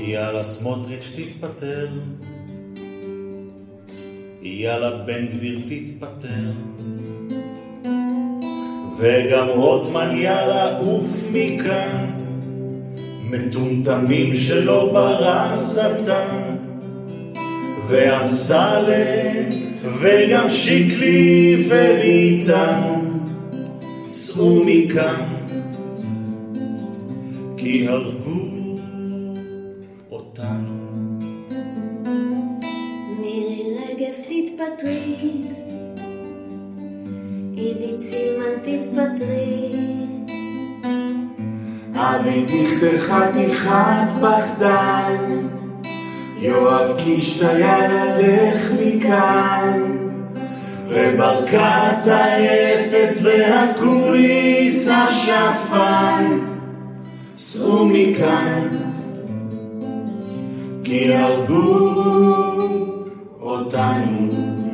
יאללה סמוטריץ' תתפטר, יאללה בן גביר תתפטר, וגם רוטמן יאללה עוף מכאן, מטומטמים שלא ברא שטן, ואמסלם וגם שיקלי וביטן, סעו מכאן, כי הרגו אותנו. מירי רגב תתפטרי, עידית סילמן תתפטרי, אבי דיכטר חתיכת פחדן, יואב קיש יאללה לך מכאן, וברקת האפס והקוליס השפן, סעו מכאן, כי הרגו אותנו.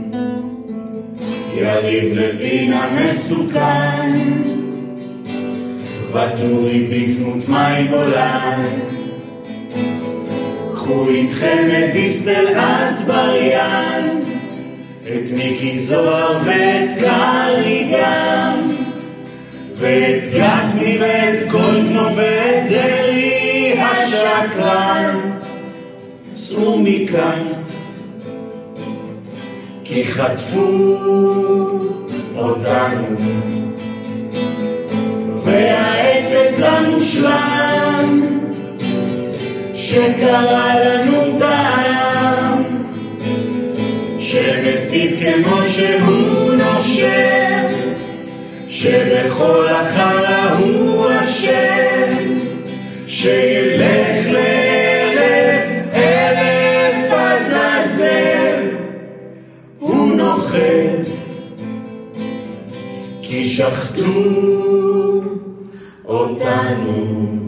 יריב לוין המסוכן, וטורי ביסמוט מאי גולן, קחו איתכם את דיסטל אטבריאן, את מיקי זוהר ואת קרי גם, ואת גפני ואת גולדקנופ ואת דרעי השקרן, צאו מכאן, כי חטפו אותנו. והאפס המושלם שקרא לנו טעם, שמסית כמו שהוא נושר, שבכל החרא הוא אשם, שילך לאלף אלף עזאזל, הוא נוכל, כי שחטו אותנו.